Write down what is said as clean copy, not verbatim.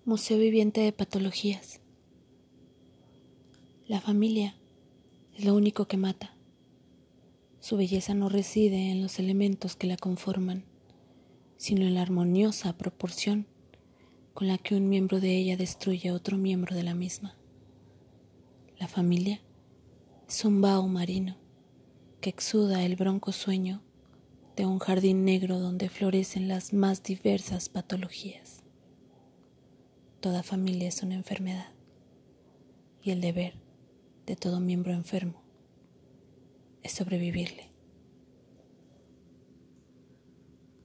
Museo viviente de patologías. La familia es lo único que mata. Su belleza no reside en los elementos que la conforman, sino en la armoniosa proporción con la que un miembro de ella destruye a otro miembro de la misma. La familia es un vaho marino que exuda el bronco sueño de un jardín negro donde florecen las más diversas patologías. Toda familia es una enfermedad, y el deber de todo miembro enfermo es sobrevivirle.